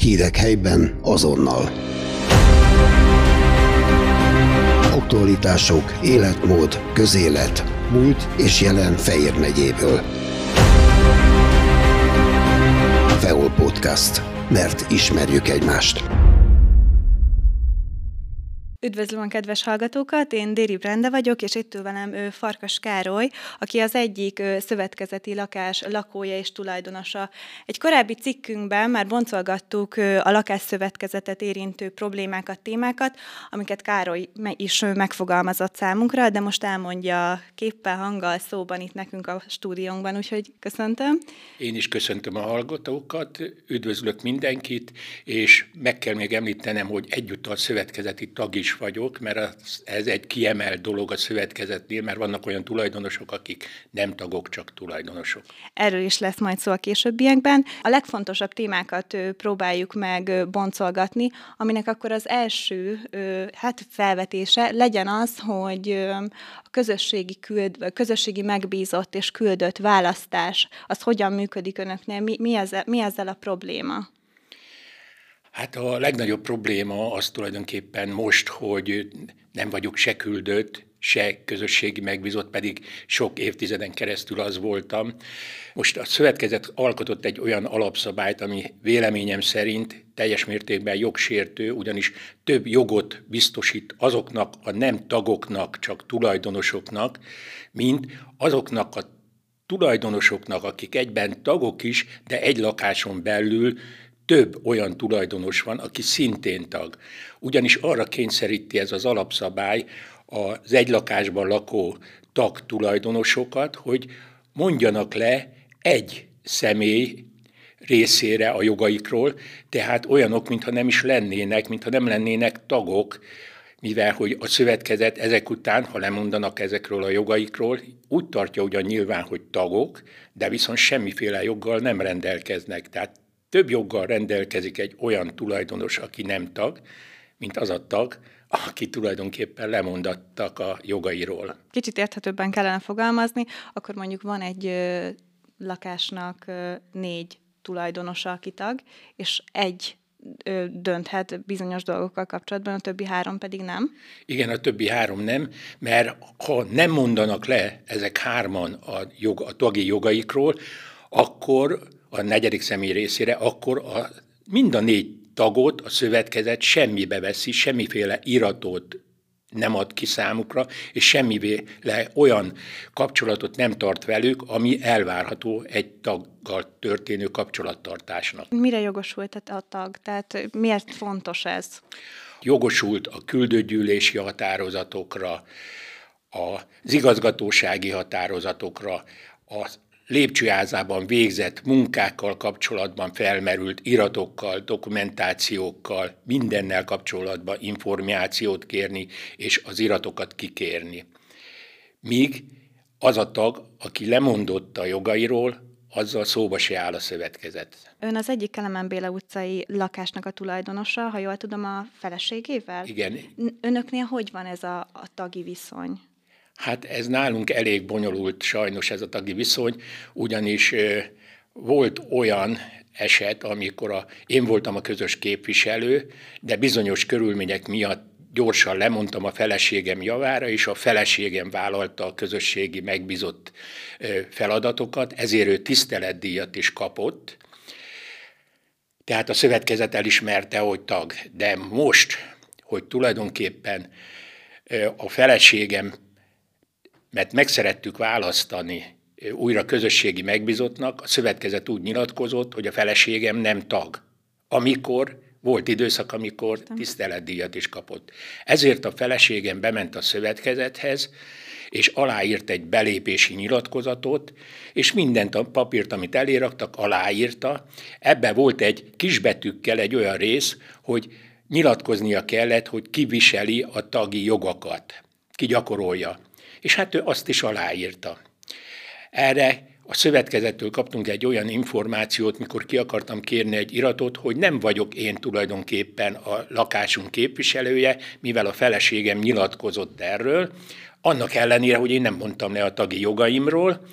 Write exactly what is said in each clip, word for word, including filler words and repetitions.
Hírek helyben azonnal. Aktualitások, életmód, közélet, múlt és jelen Fejér megyéből. Feol Podcast, mert ismerjük egymást. Üdvözlöm a kedves hallgatókat, én Déri Brenda vagyok, és itt ül velem Farkas Károly, aki az egyik szövetkezeti lakás lakója és tulajdonosa. Egy korábbi cikkünkben már boncolgattuk a lakásszövetkezetet érintő problémákat, témákat, amiket Károly is megfogalmazott számunkra, de most elmondja képpel, hanggal, szóban itt nekünk a stúdiónkban, úgyhogy köszöntöm. Én is köszöntöm a hallgatókat, üdvözlök mindenkit, és meg kell még említenem, hogy egyúttal szövetkezeti tag is vagyok, mert ez egy kiemelt dolog a szövetkezetnél, mert vannak olyan tulajdonosok, akik nem tagok, csak tulajdonosok. Erről is lesz majd szó a későbbiekben. A legfontosabb témákat próbáljuk meg boncolgatni, aminek akkor az első hát felvetése legyen az, hogy a közösségi, küld, közösségi megbízott és küldött választás, az hogyan működik önöknél, mi, mi, ezzel, mi ezzel a probléma? Hát a legnagyobb probléma az tulajdonképpen most, hogy nem vagyok se küldött, se közösségi megbízott, pedig sok évtizeden keresztül az voltam. Most a szövetkezet alkotott egy olyan alapszabályt, ami véleményem szerint teljes mértékben jogsértő, ugyanis több jogot biztosít azoknak a nem tagoknak, csak tulajdonosoknak, mint azoknak a tulajdonosoknak, akik egyben tagok is, de egy lakáson belül több olyan tulajdonos van, aki szintén tag. Ugyanis arra kényszeríti ez az alapszabály az egy lakásban lakó tag tulajdonosokat, hogy mondjanak le egy személy részére a jogaikról, tehát olyanok, mintha nem is lennének, mintha nem lennének tagok, mivel hogy a szövetkezet ezek után, ha lemondanak ezekről a jogaikról, úgy tartja ugyan nyilván, hogy tagok, de viszont semmiféle joggal nem rendelkeznek. Tehát több joggal rendelkezik egy olyan tulajdonos, aki nem tag, mint az a tag, aki tulajdonképpen lemondattak a jogairól. Kicsit érthetőbben kellene fogalmazni, akkor mondjuk van egy ö, lakásnak ö, négy tulajdonosa, aki tag, és egy ö, dönthet bizonyos dolgokkal kapcsolatban, a többi három pedig nem? Igen, a többi három nem, mert ha nem mondanak le ezek hárman a, jog, a tagi jogaikról, akkor a negyedik személy részére, akkor a, mind a négy tagot a szövetkezet semmibe veszi, semmiféle iratot nem ad ki számukra, és semmiféle olyan kapcsolatot nem tart velük, ami elvárható egy taggal történő kapcsolattartásnak. Mire jogosult a tag? Tehát miért fontos ez? Jogosult a küldőgyűlési határozatokra, az igazgatósági határozatokra, az lépcsőházában végzett munkákkal kapcsolatban felmerült iratokkal, dokumentációkkal, mindennel kapcsolatban információt kérni, és az iratokat kikérni. Míg az a tag, aki lemondott a jogairól, azzal szóba se áll a szövetkezet. Ön az egyik Kelemen Béla utcai lakásnak a tulajdonosa, ha jól tudom, a feleségével? Igen. Önöknél hogy van ez a, a tagi viszony? Hát ez nálunk elég bonyolult sajnos ez a tagi viszony, ugyanis e, volt olyan eset, amikor a, én voltam a közös képviselő, de bizonyos körülmények miatt gyorsan lemondtam a feleségem javára, és a feleségem vállalta a közösségi megbízott e, feladatokat, ezért ő tiszteletdíjat is kapott. Tehát a szövetkezet elismerte, hogy tag. De most, hogy tulajdonképpen e, a feleségem, mert meg szerettük választani újra közösségi megbízottnak, a szövetkezet úgy nyilatkozott, hogy a feleségem nem tag. Amikor volt időszak, amikor tiszteletdíjat is kapott. Ezért a feleségem bement a szövetkezethez, és aláírt egy belépési nyilatkozatot, és mindent a papírt, amit eléraktak, aláírta. Ebben volt egy kisbetűkkel egy olyan rész, hogy nyilatkoznia kellett, hogy ki viseli a tagi jogokat, ki gyakorolja. És hát ő azt is aláírta. Erre a szövetkezettől kaptunk egy olyan információt, mikor ki akartam kérni egy iratot, hogy nem vagyok én tulajdonképpen a lakásunk képviselője, mivel a feleségem nyilatkozott erről, annak ellenére, hogy én nem mondtam le a tagi jogaimról.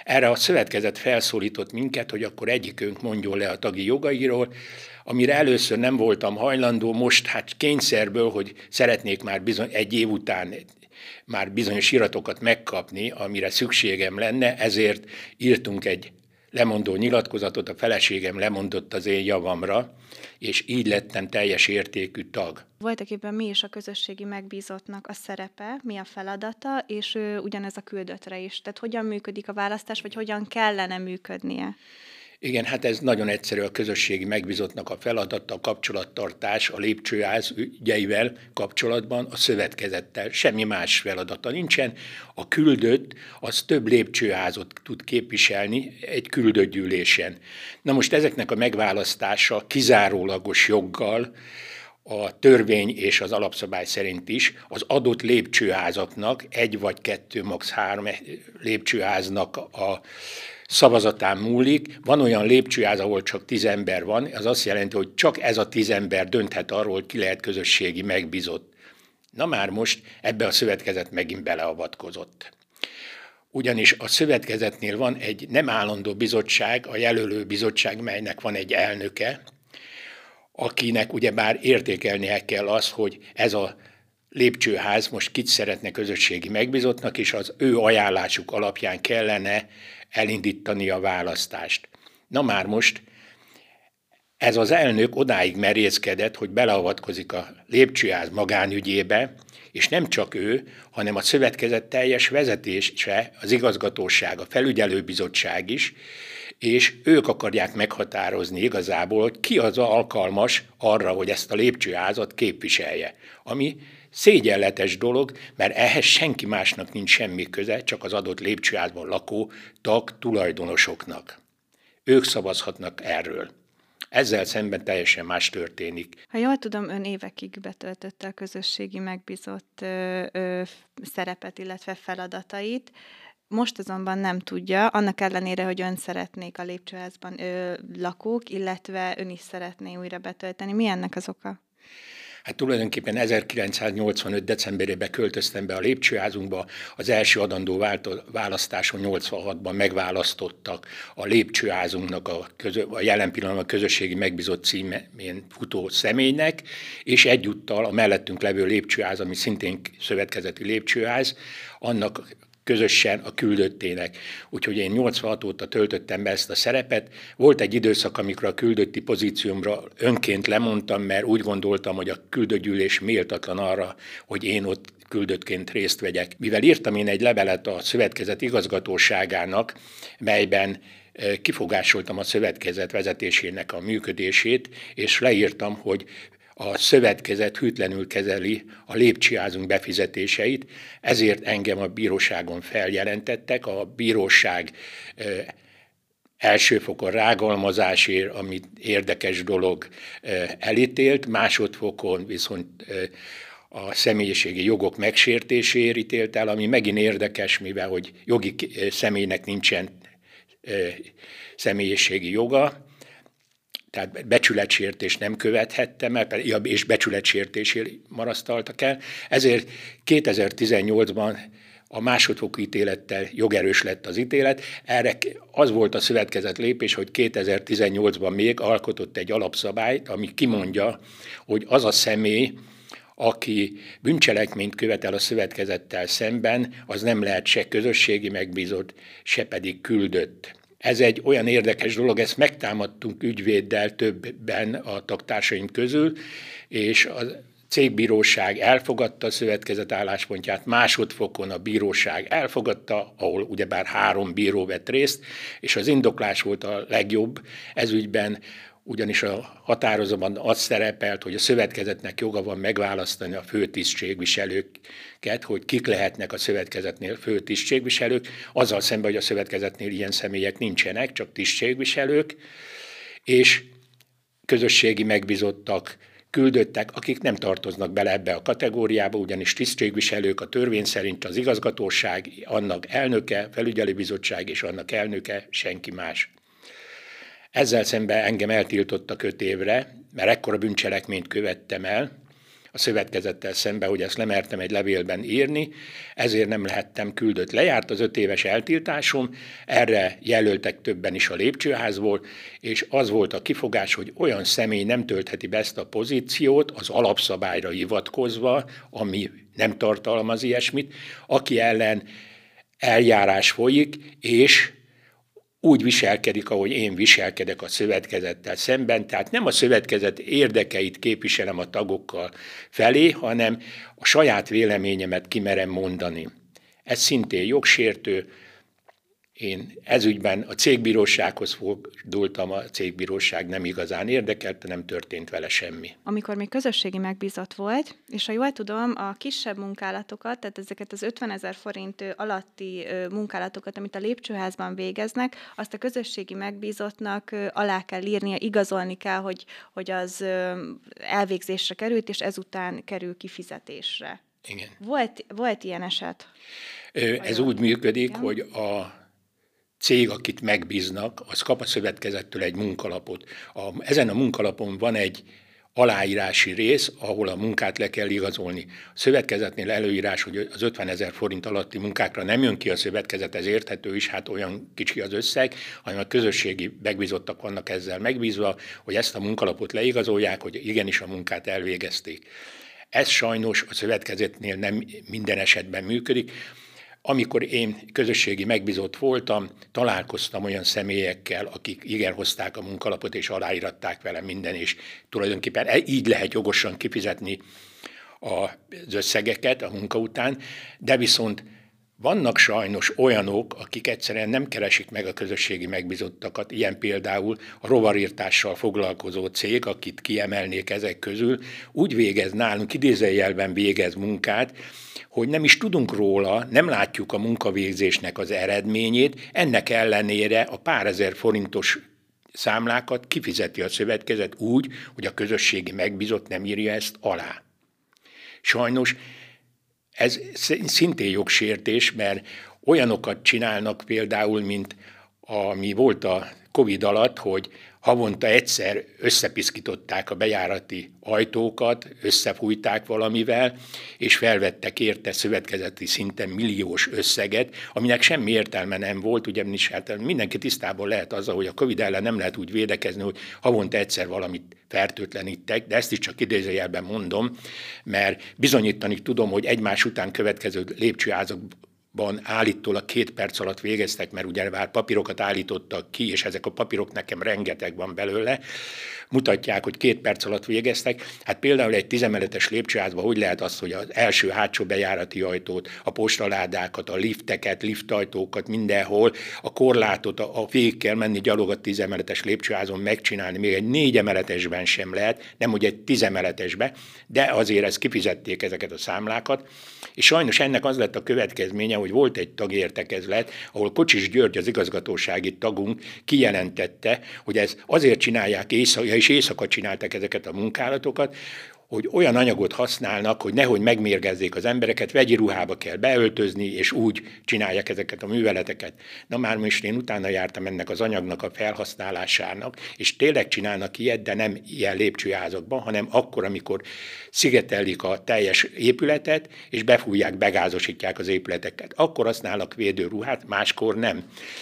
Erre a szövetkezet felszólított minket, hogy akkor egyikünk mondjon le a tagi jogairól, amire először nem voltam hajlandó, most hát kényszerből, hogy szeretnék már bizony, egy év után már bizonyos iratokat megkapni, amire szükségem lenne, ezért írtunk egy lemondó nyilatkozatot, a feleségem lemondott az én javamra, és így lettem teljes értékű tag. Voltak éppen mi is a közösségi megbízottnak a szerepe, mi a feladata, és ő ugyanez a küldöttre is. Tehát hogyan működik a választás, vagy hogyan kellene működnie? Igen, hát ez nagyon egyszerű, a közösségi megbízottnak a feladata, a kapcsolattartás a lépcsőház ügyeivel kapcsolatban a szövetkezettel. Semmi más feladata nincsen. A küldött az több lépcsőházot tud képviselni egy küldött gyűlésen. Na most ezeknek a megválasztása kizárólagos joggal, a törvény és az alapszabály szerint is az adott lépcsőházaknak, egy vagy kettő, max. három lépcsőháznak a szavazatán múlik. Van olyan lépcsőház, ahol csak tíz ember van, az azt jelenti, hogy csak ez a tíz ember dönthet arról, hogy ki lehet közösségi megbízott. Na már most ebbe a szövetkezet megint beleavatkozott. Ugyanis a szövetkezetnél van egy nem állandó bizottság, a jelölő bizottság, melynek van egy elnöke, akinek ugyebár értékelnie kell az, hogy ez a lépcsőház most kit szeretne közösségi megbízottnak, és az ő ajánlásuk alapján kellene elindítani a választást. Na már most ez az elnök odáig merészkedett, hogy beleavatkozik a lépcsőház magánügyébe, és nem csak ő, hanem a szövetkezet teljes vezetése, az igazgatóság, a felügyelőbizottság is, és ők akarják meghatározni igazából, hogy ki az alkalmas arra, hogy ezt a lépcsőházat képviselje. Ami szégyenletes dolog, mert ehhez senki másnak nincs semmi köze, csak az adott lépcsőházban lakó tag tulajdonosoknak. Ők szavazhatnak erről. Ezzel szemben teljesen más történik. Ha jól tudom, ön évekig betöltötte a közösségi megbízott ö, ö, szerepet, illetve feladatait. Most azonban nem tudja, annak ellenére, hogy ön szeretnék a lépcsőházban ö, lakók, illetve ön is szeretné újra betölteni. Mi ennek az oka? Hát tulajdonképpen ezerkilencszáznyolcvanöt. decemberében költöztem be a lépcsőházunkba, az első adandó választáson nyolcvanhatban megválasztottak a lépcsőházunknak a, közö, a jelen pillanatban a közösségi megbízott címén futó személynek, és egyúttal a mellettünk levő lépcsőház, ami szintén szövetkezeti lépcsőház, annak közösen a küldöttének. Úgyhogy én nyolcvanhat óta töltöttem be ezt a szerepet. Volt egy időszak, amikor a küldötti pozíciómra önként lemondtam, mert úgy gondoltam, hogy a küldöttgyűlés méltatlan arra, hogy én ott küldöttként részt vegyek. Mivel írtam én egy levelet a szövetkezet igazgatóságának, melyben kifogásoltam a szövetkezet vezetésének a működését, és leírtam, hogy a szövetkezet hűtlenül kezeli a lépcsőházunk befizetéseit, ezért engem a bíróságon feljelentettek. A bíróság elsőfokon rágalmazásért, ami érdekes dolog, elítélt, másodfokon viszont a személyiségi jogok megsértéséért ítélt el, ami megint érdekes, mivel hogy jogi személynek nincsen személyiségi joga, tehát becsületsértést nem követhettem el, és becsületsértésért marasztaltak el. Ezért kétezer-tizennyolcban a másodfokú ítélettel jogerős lett az ítélet. Erre az volt a szövetkezet lépés, hogy kétezer-tizennyolcban még alkotott egy alapszabályt, ami kimondja, hogy az a személy, aki bűncselekményt követel a szövetkezettel szemben, az nem lehet se közösségi megbízott, se pedig küldött. Ez egy olyan érdekes dolog, ezt megtámadtunk ügyvéddel többen a tagtársaim közül, és a cégbíróság elfogadta a szövetkezet álláspontját, másodfokon a bíróság elfogadta, ahol ugyebár három bíró vett részt, és az indoklás volt a legjobb ez ügyben, ugyanis a határozatban az szerepelt, hogy a szövetkezetnek joga van megválasztani a főtisztségviselőket, hogy kik lehetnek a szövetkezetnél főtisztségviselők, azzal szemben, hogy a szövetkezetnél ilyen személyek nincsenek, csak tisztségviselők, és közösségi megbízottak, küldöttek, akik nem tartoznak bele ebbe a kategóriába, ugyanis tisztségviselők a törvény szerint az igazgatóság, annak elnöke, felügyelőbizottság és annak elnöke, senki más. Ezzel szemben engem eltiltottak öt évre, mert ekkora bűncselekményt követtem el. a szövetkezettel szemben, hogy ezt lemertem egy levélben írni, ezért nem lehettem küldött. Lejárt az öt éves eltiltásom, erre jelöltek többen is a lépcsőházból, és az volt a kifogás, hogy olyan személy nem töltheti be ezt a pozíciót az alapszabályra hivatkozva, ami nem tartalmaz ilyesmit, aki ellen eljárás folyik, és úgy viselkedik, ahogy én viselkedek a szövetkezettel szemben, tehát nem a szövetkezet érdekeit képviselem a tagokkal felé, hanem a saját véleményemet kimerem mondani. Ez szintén jogsértő. Én ezügyben a cégbírósághoz fordultam, a cégbíróság nem igazán érdekelte, nem történt vele semmi. Amikor még közösségi megbízott volt, és ha jól tudom, a kisebb munkálatokat, tehát ezeket az ötvenezer forint alatti munkálatokat, amit a lépcsőházban végeznek, azt a közösségi megbízottnak alá kell írnia, igazolni kell, hogy, hogy az elvégzésre került, és ezután kerül kifizetésre. Igen. Volt, volt ilyen eset? Ez úgy működik, igen, hogy a cég, akit megbíznak, az kap a szövetkezettől egy munkalapot. A, ezen a munkalapon van egy aláírási rész, ahol a munkát le kell igazolni. A szövetkezetnél előírás, hogy az ötvenezer forint alatti munkákra nem jön ki a szövetkezet, ez érthető is, hát olyan kicsi az összeg, hanem a közösségi megbízottak vannak ezzel megbízva, hogy ezt a munkalapot leigazolják, hogy igenis a munkát elvégezték. Ez sajnos a szövetkezetnél nem minden esetben működik. Amikor én közösségi megbízott voltam, találkoztam olyan személyekkel, akik igen hozták a munkalapot, és aláíratták vele minden, és tulajdonképpen így lehet jogosan kifizetni az összegeket a munka után, de viszont vannak sajnos olyanok, akik egyszerűen nem keresik meg a közösségi megbízottakat, ilyen például a rovarírtással foglalkozó cég, akit kiemelnék ezek közül, úgy végez nálunk, idézőjelben végez munkát, hogy nem is tudunk róla, nem látjuk a munkavégzésnek az eredményét, ennek ellenére a pár ezer forintos számlákat kifizeti a szövetkezet úgy, hogy a közösségi megbízott nem írja ezt alá. Sajnos ez szintén jogsértés, mert olyanokat csinálnak például, mint ami volt a Covid alatt, hogy havonta egyszer összepiszkították a bejárati ajtókat, összefújták valamivel, és felvettek érte szövetkezeti szinten milliós összeget, aminek semmi értelme nem volt, ugyanis hát mindenki tisztában lehet azzal, hogy a Covid ellen nem lehet úgy védekezni, hogy havonta egyszer valamit fertőtlenítek, de ezt is csak idézőjelben mondom, mert bizonyítani tudom, hogy egymás után következő lépcsőházak állítólag két perc alatt végeztek, mert ugye már papírokat állítottak ki, és ezek a papírok nekem rengeteg van belőle, mutatják, hogy két perc alatt végeztek. Hát például egy tízemeletes lépcsőházban hogy lehet az, hogy az első hátsó bejárati ajtót, a postaládákat, a lifteket, liftajtókat mindenhol, a korlátot, a, a végig kell menni gyalog a tízemeletes lépcsőházon megcsinálni, még egy négyemeletesben sem lehet, nem hogy egy tízemeletesbe, de azért ezt kifizették ezeket a számlákat, és sajnos ennek az lett a következménye, hogy volt egy tagértekezlet, ahol Kocsis György, az igazgatósági tagunk kijelentette, hogy ez azért csinálják éjszaka, és éjszaka csináltak ezeket a munkálatokat, hogy olyan anyagot használnak, hogy nehogy megmérgezzék az embereket, vegyi ruhába kell beöltözni, és úgy csinálják ezeket a műveleteket. Na már most én utána jártam ennek az anyagnak a felhasználásának, és tényleg csinálnak ilyet, de nem ilyen lépcsőházakban, hanem akkor, amikor szigetelik a teljes épületet, és befújják, begázosítják az épületeket. Akkor használnak védőruhát, máskor nem.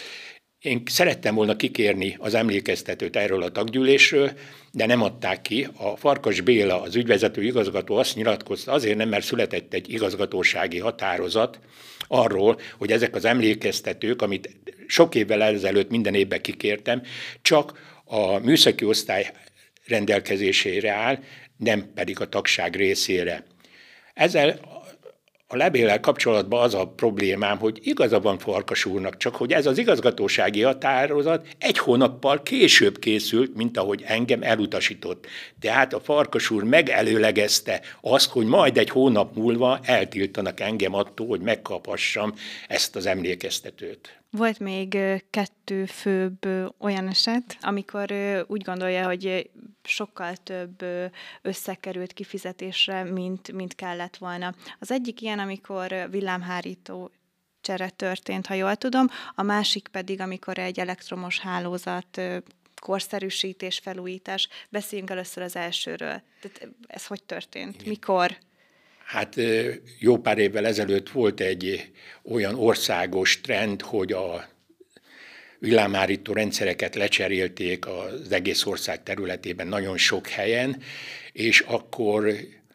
Én szerettem volna kikérni az emlékeztetőt erről a taggyűlésről, de nem adták ki. A Farkas Béla, az ügyvezető igazgató azt nyilatkozta, azért nem, mert született egy igazgatósági határozat arról, hogy ezek az emlékeztetők, amit sok évvel ezelőtt minden évben kikértem, csak a műszaki osztály rendelkezésére áll, nem pedig a tagság részére. Ezzel a levéllel kapcsolatban az a problémám, hogy igaza van Farkas úrnak, csak hogy ez az igazgatósági határozat egy hónappal később készült, mint ahogy engem elutasított. Tehát a Farkas úr megelőlegezte azt, hogy majd egy hónap múlva eltiltanak engem attól, hogy megkaphassam ezt az emlékeztetőt. Volt még kettő főbb olyan eset, amikor úgy gondolja, hogy sokkal több összeg került kifizetésre, mint, mint kellett volna. Az egyik ilyen, amikor villámhárító csere történt, ha jól tudom, a másik pedig, amikor egy elektromos hálózat korszerűsítés, felújítás. Beszéljünk először az elsőről. Tehát ez hogy történt? Igen. Mikor? Hát jó pár évvel ezelőtt volt egy olyan országos trend, hogy a villámárító rendszereket lecserélték az egész ország területében nagyon sok helyen, és akkor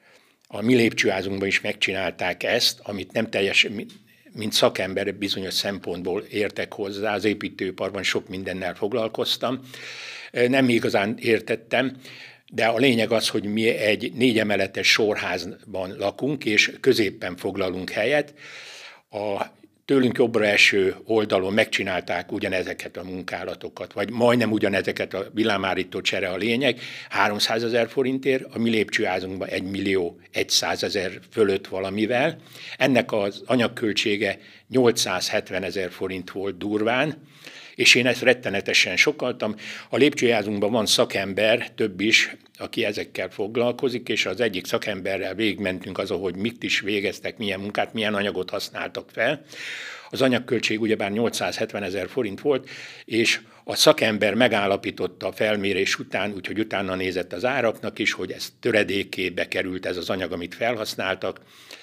a mi lépcsőházunkban is megcsinálták ezt, amit nem teljesen, mint szakember bizonyos szempontból értek hozzá, az építőiparban sok mindennel foglalkoztam. Nem igazán értettem, de a lényeg az, hogy mi egy négy emeletes sorházban lakunk, és középpen foglalunk helyet. A tőlünk jobbra eső oldalon megcsinálták ugyanezeket a munkálatokat, vagy majdnem ugyanezeket a villámárító csere a lényeg, háromszázezer forintért, a mi lépcsőházunkban egy millió százezer fölött valamivel. Ennek az anyagköltsége nyolcszázhetvenezer forint volt durván, és én ezt rettenetesen sokaltam. A lépcsőházunkban van szakember, több is, aki ezekkel foglalkozik, és az egyik szakemberrel végigmentünk azon, hogy mit is végeztek, milyen munkát, milyen anyagot használtak fel. Az anyagköltség ugyebár nyolcszázhetvenezer forint volt, és a szakember megállapította a felmérés után, úgyhogy utána nézett az áraknak is, hogy ez töredékébe került ez az anyag, amit felhasználtak.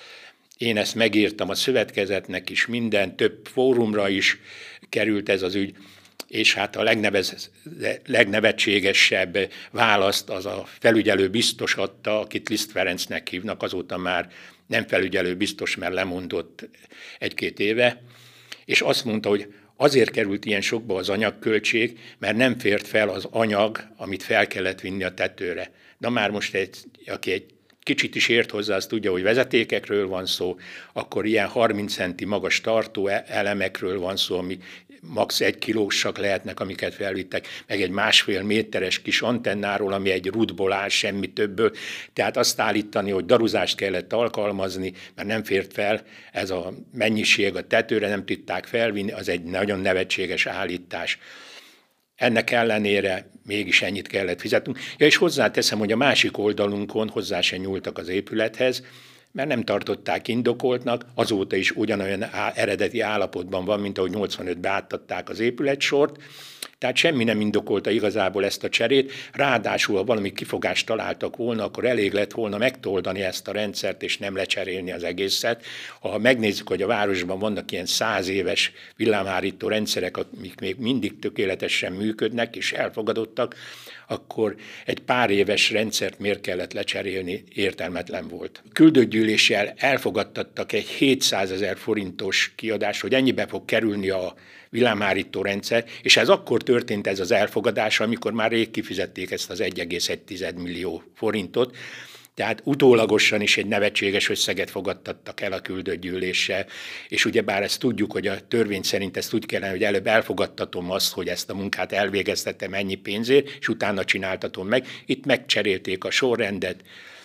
Én ezt megírtam a szövetkezetnek is, minden, több fórumra is került ez az ügy, és hát a legnevez, legnevetségesebb választ az a felügyelő biztos adta, akit Liszt Ferencnek hívnak, azóta már nem felügyelő biztos, mert lemondott egy-két éve, és azt mondta, hogy azért került ilyen sokba az anyagköltség, mert nem fért fel az anyag, amit fel kellett vinni a tetőre. Na már most egy, aki egy kicsit is ért hozzá, azt tudja, hogy vezetékekről van szó, akkor ilyen harminc centi magas tartó elemekről van szó, ami max. egy kilósak lehetnek, amiket felvittek, meg egy másfél méteres kis antennáról, ami egy rudból áll, semmi többből. Tehát azt állítani, hogy daruzást kellett alkalmazni, mert nem fért fel ez a mennyiség a tetőre, nem tudták felvinni, az egy nagyon nevetséges állítás. Ennek ellenére mégis ennyit kellett fizetnünk. Ja, és hozzáteszem, hogy a másik oldalunkon hozzá se nyúltak az épülethez, mert nem tartották indokoltnak, azóta is ugyanolyan eredeti állapotban van, mint ahogy nyolcvanötben átadták az épületsort, tehát semmi nem indokolta igazából ezt a cserét, ráadásul, ha valami kifogást találtak volna, akkor elég lett volna megtoldani ezt a rendszert, és nem lecserélni az egészet. Ha megnézzük, hogy a városban vannak ilyen száz éves villámhárító rendszerek, amik még mindig tökéletesen működnek és elfogadottak, akkor egy pár éves rendszert miért kellett lecserélni, értelmetlen volt. Küldőgyűléssel elfogadtattak egy hétszázezer forintos kiadást, hogy ennyibe fog kerülni a villámhárító rendszer, és ez akkor történt ez az elfogadás, amikor már rég kifizették ezt az egy egész egy millió forintot, tehát utólagosan is egy nevetséges összeget fogadtattak el a küldőgyűléssel, és ugyebár ezt tudjuk, hogy a törvény szerint ezt úgy kellene, hogy előbb elfogadtatom azt, hogy ezt a munkát elvégeztettem ennyi pénzért, és utána csináltatom meg. Itt megcserélték a sorrendet.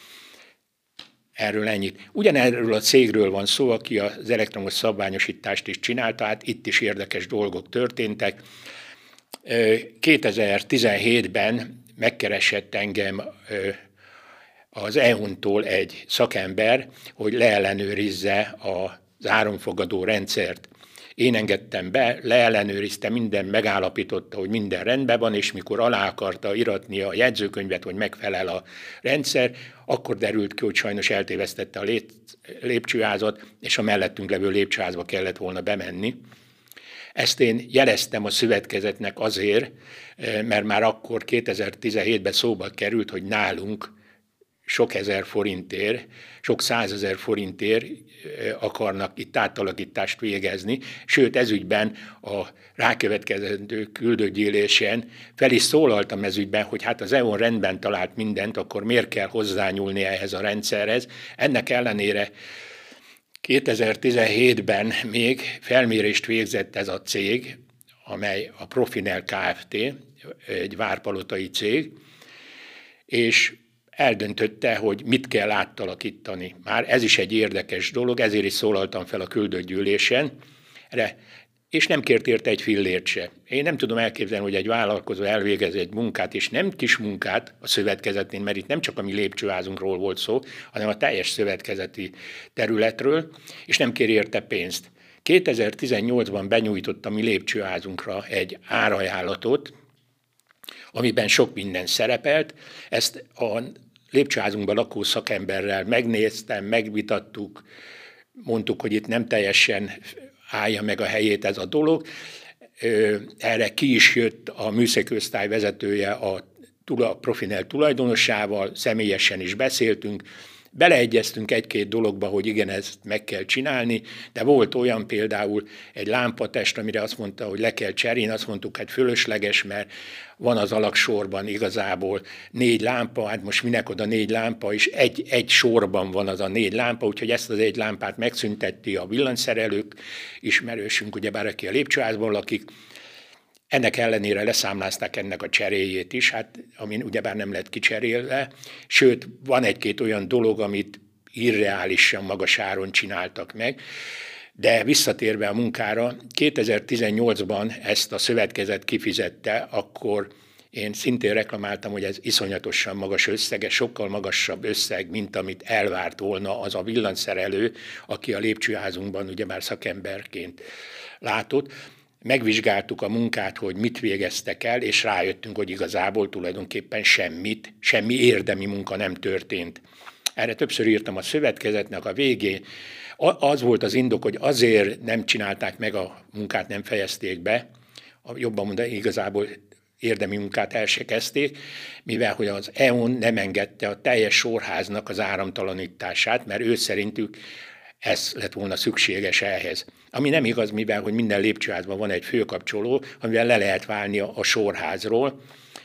Erről ennyit. Ugyanerről a cégről van szó, aki az elektromos szabványosítást is csinálta, hát itt is érdekes dolgok történtek. kétezer-tizenhétben megkeresett engem az é u-tól egy szakember, hogy leellenőrizze az áramfogadó rendszert. Én engedtem be, leellenőrizte, minden megállapította, hogy minden rendben van, és mikor alá akarta iratni a jegyzőkönyvet, hogy megfelel a rendszer, akkor derült ki, hogy sajnos eltévesztette a lépcsőházat, és a mellettünk levő lépcsőházba kellett volna bemenni. Ezt én jeleztem a szövetkezetnek azért, mert már akkor kétezer-tizenhétben szóba került, hogy nálunk sok ezer forintért, sok százezer forintért akarnak itt átalakítást végezni, sőt ezügyben a rákövetkezendő küldőgyűlésen fel is szólaltam ezügyben, hogy hát az é u-n rendben talált mindent, akkor miért kell hozzányúlni ehhez a rendszerhez. Ennek ellenére kétezer-tizenhétben még felmérést végzett ez a cég, amely a Profinel Kft., egy várpalotai cég, és eldöntötte, hogy mit kell átalakítani. Már ez is egy érdekes dolog, ezért is szólaltam fel a küldőgyűlésen, és nem kért érte egy fillért se. Én nem tudom elképzelni, hogy egy vállalkozó elvégez egy munkát, és nem kis munkát a szövetkezetnél, mert itt nem csak a mi lépcsőházunkról volt szó, hanem a teljes szövetkezeti területről, és nem kér érte pénzt. kétezer-tizennyolcban benyújtott a mi lépcsőházunkra egy árajánlatot, amiben sok minden szerepelt. Ezt a lépcsőházunkban lakó szakemberrel megnéztem, megvitattuk, mondtuk, hogy itt nem teljesen állja meg a helyét ez a dolog. Erre ki is jött a műszaki vezetője a Profinel tulajdonosával, személyesen is beszéltünk, beleegyeztünk egy-két dologba, hogy igen, ezt meg kell csinálni, de volt olyan például egy lámpatest, amire azt mondta, hogy le kell cserélni, azt mondtuk, hát fölösleges, mert van az alagsorban igazából négy lámpa, hát most minek oda négy lámpa, és egy, egy sorban van az a négy lámpa, úgyhogy ezt az egy lámpát megszüntetti a villanyszerelők, ismerősünk, ugyebár aki a lépcsőházban lakik. Ennek ellenére leszámlázták ennek a cseréjét is, hát, amin ugyebár nem lett kicserélve, sőt, van egy-két olyan dolog, amit irreálisan magas áron csináltak meg, de visszatérve a munkára, kétezer-tizennyolcban ezt a szövetkezet kifizette, akkor én szintén reklamáltam, hogy ez iszonyatosan magas összege, sokkal magasabb összeg, mint amit elvárt volna az a villanyszerelő, aki a lépcsőházunkban ugyebár szakemberként látott. Megvizsgáltuk a munkát, hogy mit végeztek el, és rájöttünk, hogy igazából tulajdonképpen semmit, semmi érdemi munka nem történt. Erre többször írtam a szövetkezetnek a végén. Az volt az indok, hogy azért nem csinálták meg a munkát, nem fejezték be, jobban mondani, igazából érdemi munkát el se kezdték, mivel hogy az é e o en nem engedte a teljes sorháznak az áramtalanítását, mert ő szerintük ez lett volna szükséges ehhez. Ami nem igaz, mivel hogy minden lépcsőházban van egy főkapcsoló, amivel le lehet válni a, a sorházról.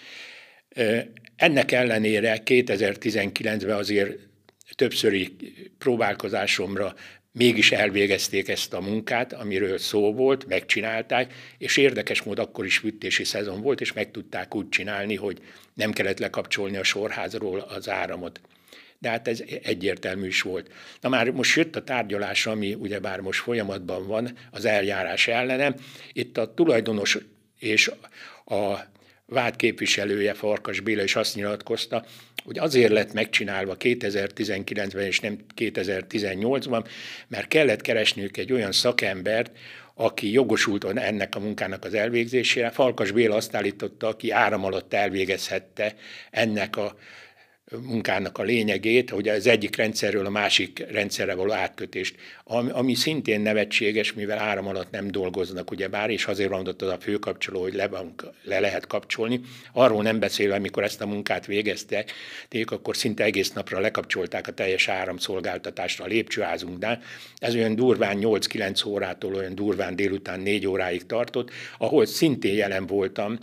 Ennek ellenére kétezer-tizenkilencben azért többszöri próbálkozásomra mégis elvégezték ezt a munkát, amiről szó volt, megcsinálták, és érdekes mód akkor is fűtési szezon volt, és meg tudták úgy csinálni, hogy nem kellett lekapcsolni a sorházról az áramot. De hát ez egyértelmű is volt. Na már most jött a tárgyalás, ami ugyebár most folyamatban van, az eljárás ellenem. Itt a tulajdonos és a vád képviselője, Farkas Béla is azt nyilatkozta, hogy azért lett megcsinálva kétezer-tizenkilencben és nem kétezer-tizennyolcban, mert kellett keresniük egy olyan szakembert, aki jogosult ennek a munkának az elvégzésére. Farkas Béla azt állította, aki áram alatt elvégezhette ennek a munkának a lényegét, hogy az egyik rendszerről a másik rendszerre való átkötést, ami, ami szintén nevetséges, mivel áram alatt nem dolgoznak, ugyebár, és azért mondott az a főkapcsoló, hogy le, le lehet kapcsolni. Arról nem beszélve, amikor ezt a munkát végeztek, akkor szinte egész napra lekapcsolták a teljes áramszolgáltatásra a lépcsőházunknál. Ez olyan durván nyolc-kilenc órától olyan durván délután négy óráig tartott, ahol szintén jelen voltam,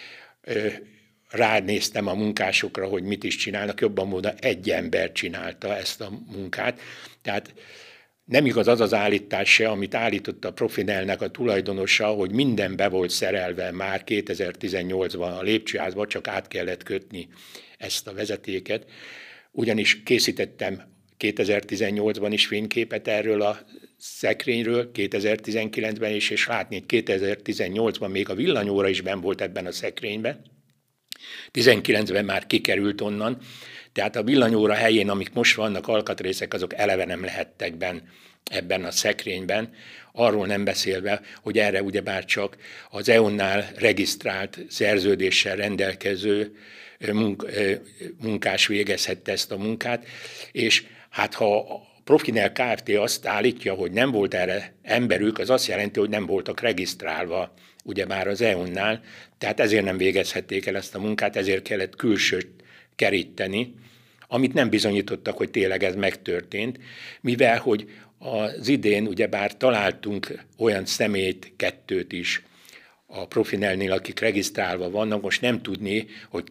ránéztem a munkásokra, hogy mit is csinálnak, jobban módon egy ember csinálta ezt a munkát. Tehát nem igaz az az állítás se, amit állított a Profinelnek a tulajdonosa, hogy minden be volt szerelve már kétezer-tizennyolcban a lépcsőházba, csak át kellett kötni ezt a vezetéket. Ugyanis készítettem kétezer-tizennyolcban is fényképet erről a szekrényről, kétezer-tizenkilencben is, és látni, hogy kétezer-tizennyolcban még a villanyóra is benn volt ebben a szekrényben. tizenkilencben már kikerült onnan, tehát a villanyóra helyén, amik most vannak alkatrészek, azok eleve nem lehettek benn ebben a szekrényben, arról nem beszélve, hogy erre ugyebár csak az é o en-nál regisztrált szerződéssel rendelkező munkás végezhette ezt a munkát, és hát ha a Profinel Kft. Azt állítja, hogy nem volt erre emberük, az azt jelenti, hogy nem voltak regisztrálva ugyebár az é o en-nál, tehát ezért nem végezhették el ezt a munkát, ezért kellett külsőt keríteni, amit nem bizonyítottak, hogy tényleg ez megtörtént, mivel hogy az idén ugyebár találtunk olyan személyt, kettőt is a Profinelnél, akik regisztrálva vannak, most nem tudni, hogy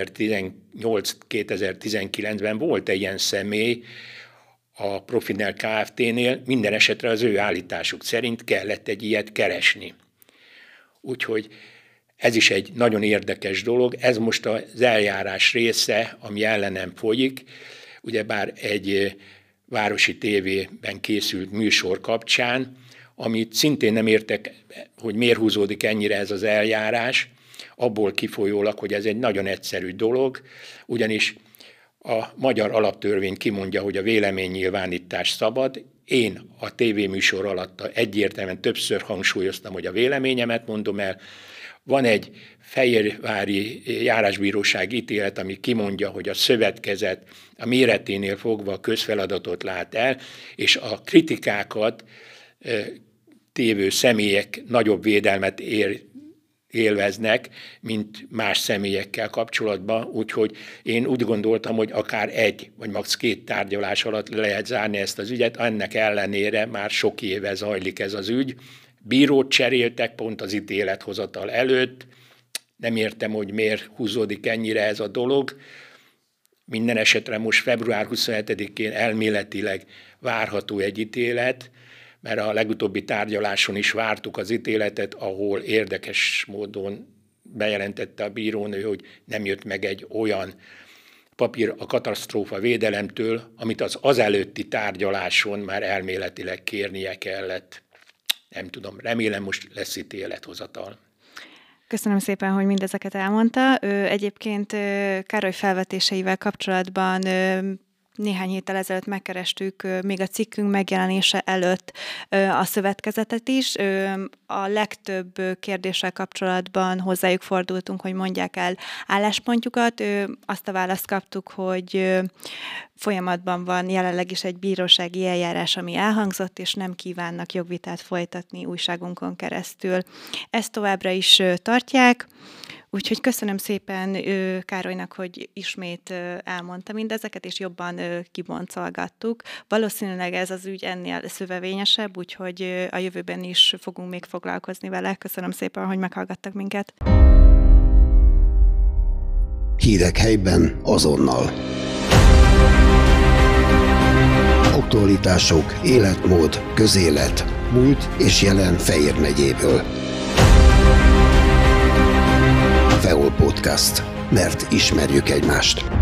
kétezer-tizennyolc-kétezer-tizenkilencben volt egy ilyen személy a Profinel Kft-nél, minden esetre az ő állításuk szerint kellett egy ilyet keresni. Úgyhogy ez is egy nagyon érdekes dolog, ez most az eljárás része, ami ellenem folyik, ugyebár egy városi tévében készült műsor kapcsán, amit szintén nem értek, hogy miért húzódik ennyire ez az eljárás, abból kifolyólag, hogy ez egy nagyon egyszerű dolog, ugyanis a magyar alaptörvény kimondja, hogy a véleménynyilvánítás szabad. Én a tévéműsor alatt egyértelműen többször hangsúlyoztam, hogy a véleményemet mondom el. Van egy Fehérvári járásbíróság ítélet, ami kimondja, hogy a szövetkezet a méreténél fogva közfeladatot lát el, és a kritikákat tévő személyek nagyobb védelmet ér, élveznek, mint más személyekkel kapcsolatban, úgyhogy én úgy gondoltam, hogy akár egy, vagy max. két tárgyalás alatt le lehet zárni ezt az ügyet, ennek ellenére már sok éve zajlik ez az ügy. Bírót cseréltek pont az ítélethozatal előtt, nem értem, hogy miért húzódik ennyire ez a dolog. Minden esetre most február huszonhetedikén elméletileg várható egy ítélet, mert a legutóbbi tárgyaláson is vártuk az ítéletet, ahol érdekes módon bejelentette a bírónő, hogy nem jött meg egy olyan papír a katasztrófa védelemtől, amit az azelőtti tárgyaláson már elméletileg kérnie kellett. Nem tudom, remélem most lesz ítélethozatal. Köszönöm szépen, hogy mindezeket elmondta. Egyébként Károly felvetéseivel kapcsolatban néhány héttel ezelőtt megkerestük még a cikkünk megjelenése előtt a szövetkezetet is. A legtöbb kérdéssel kapcsolatban hozzájuk fordultunk, hogy mondják el álláspontjukat. Azt a választ kaptuk, hogy folyamatban van jelenleg is egy bírósági eljárás, ami elhangzott, és nem kívánnak jogvitát folytatni újságunkon keresztül. Ezt továbbra is tartják. Úgyhogy köszönöm szépen Károlynak, hogy ismét elmondta mindezeket, és jobban kiboncolgattuk. Valószínűleg ez az ügy ennél szövevényesebb, úgyhogy a jövőben is fogunk még foglalkozni vele. Köszönöm szépen, hogy meghallgattak minket. Hírek helyben azonnal. Aktualitások, életmód, közélet, múlt és jelen Fejér megyéből. Feol Podcast, mert ismerjük egymást.